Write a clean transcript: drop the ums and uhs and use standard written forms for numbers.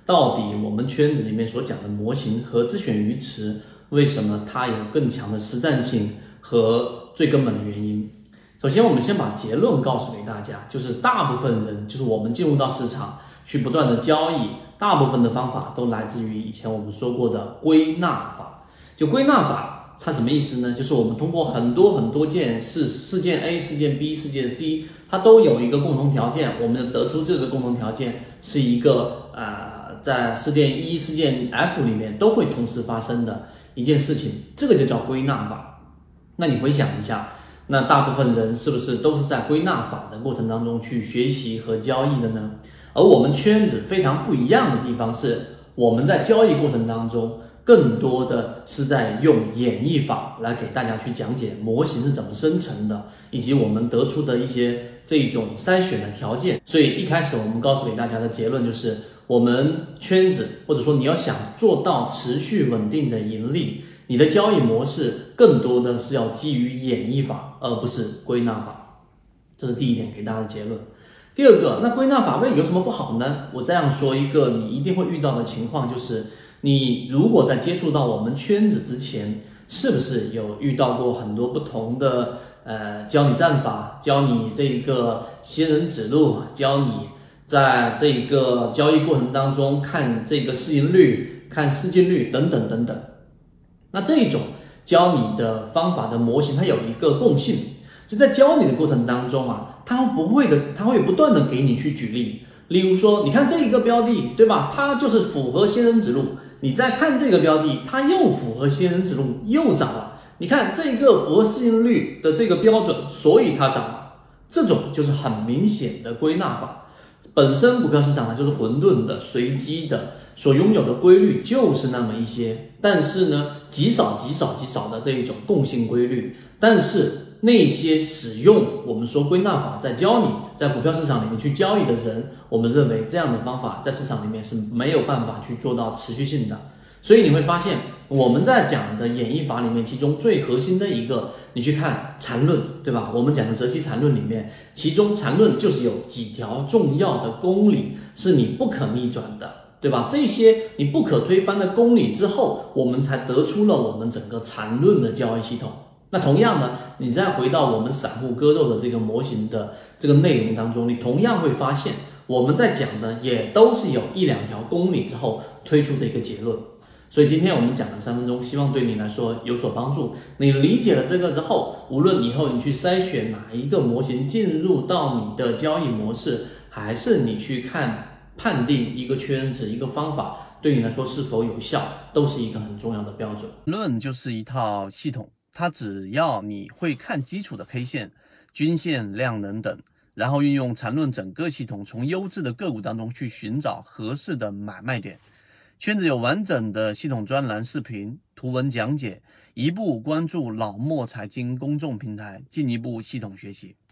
到底我们圈子里面所讲的模型和自选鱼池，为什么它有更强的实战性和最根本的原因。首先我们先把结论告诉给大家，就是大部分人，就是我们进入到市场去不断的交易，大部分的方法都来自于以前我们说过的归纳法。就归纳法它什么意思呢？就是我们通过很多件事件 A、事件 B、事件 C， 它都有一个共同条件，我们得出这个共同条件是一个在事件 E、事件 F 里面都会同时发生的一件事情，这个就叫归纳法。那你回想一下，那大部分人是不是都是在归纳法的过程当中去学习和交易的呢？而我们圈子非常不一样的地方是，我们在交易过程当中更多的是在用演绎法来给大家去讲解模型是怎么生成的，以及我们得出的一些这种筛选的条件。所以一开始我们告诉给大家的结论就是，我们圈子或者说你要想做到持续稳定的盈利，你的交易模式更多的是要基于演绎法，而不是归纳法。这是第一点给大家的结论。第二个，那归纳法有什么不好呢？我这样说一个你一定会遇到的情况，就是你如果在接触到我们圈子之前，是不是有遇到过很多不同的教你战法，教你这个仙人指路，教你在这个交易过程当中看这个市盈率、看市净率等等等等。那这种教你的方法的模型，它有一个共性，就在教你的过程当中它会不断的给你去举例。例如说，你看这一个标的，对吧？它就是符合仙人指路。你再看这个标的，它又符合仙人指路，又涨了。你看这个符合市盈率的这个标准，所以它涨了。这种就是很明显的归纳法。本身股票市场就是混沌的、随机的，所拥有的规律就是那么一些，但是呢，极少的这一种共性规律。但是那些使用我们说归纳法在教你在股票市场里面去交易的人，我们认为这样的方法在市场里面是没有办法去做到持续性的。所以你会发现我们在讲的演绎法里面，其中最核心的一个，你去看缠论，对吧？我们讲的择期缠论里面，其中缠论就是有几条重要的公理是你不可逆转的，对吧？这些你不可推翻的公理之后，我们才得出了我们整个缠论的交易系统。那同样呢，你再回到我们散户割肉的这个模型的这个内容当中，你同样会发现我们在讲的也都是有一两条公理之后推出的一个结论。所以今天我们讲了3分钟，希望对你来说有所帮助。你理解了这个之后，无论以后你去筛选哪一个模型进入到你的交易模式，还是你去判定一个圈子、一个方法对你来说是否有效，都是一个很重要的标准。 论就是一套系统，它只要你会看基础的 K 线、均线、量能等，然后运用缠论整个系统，从优质的个股当中去寻找合适的买卖点。圈子有完整的系统专栏、视频、图文讲解，一步关注老墨财经公众平台，进一步系统学习。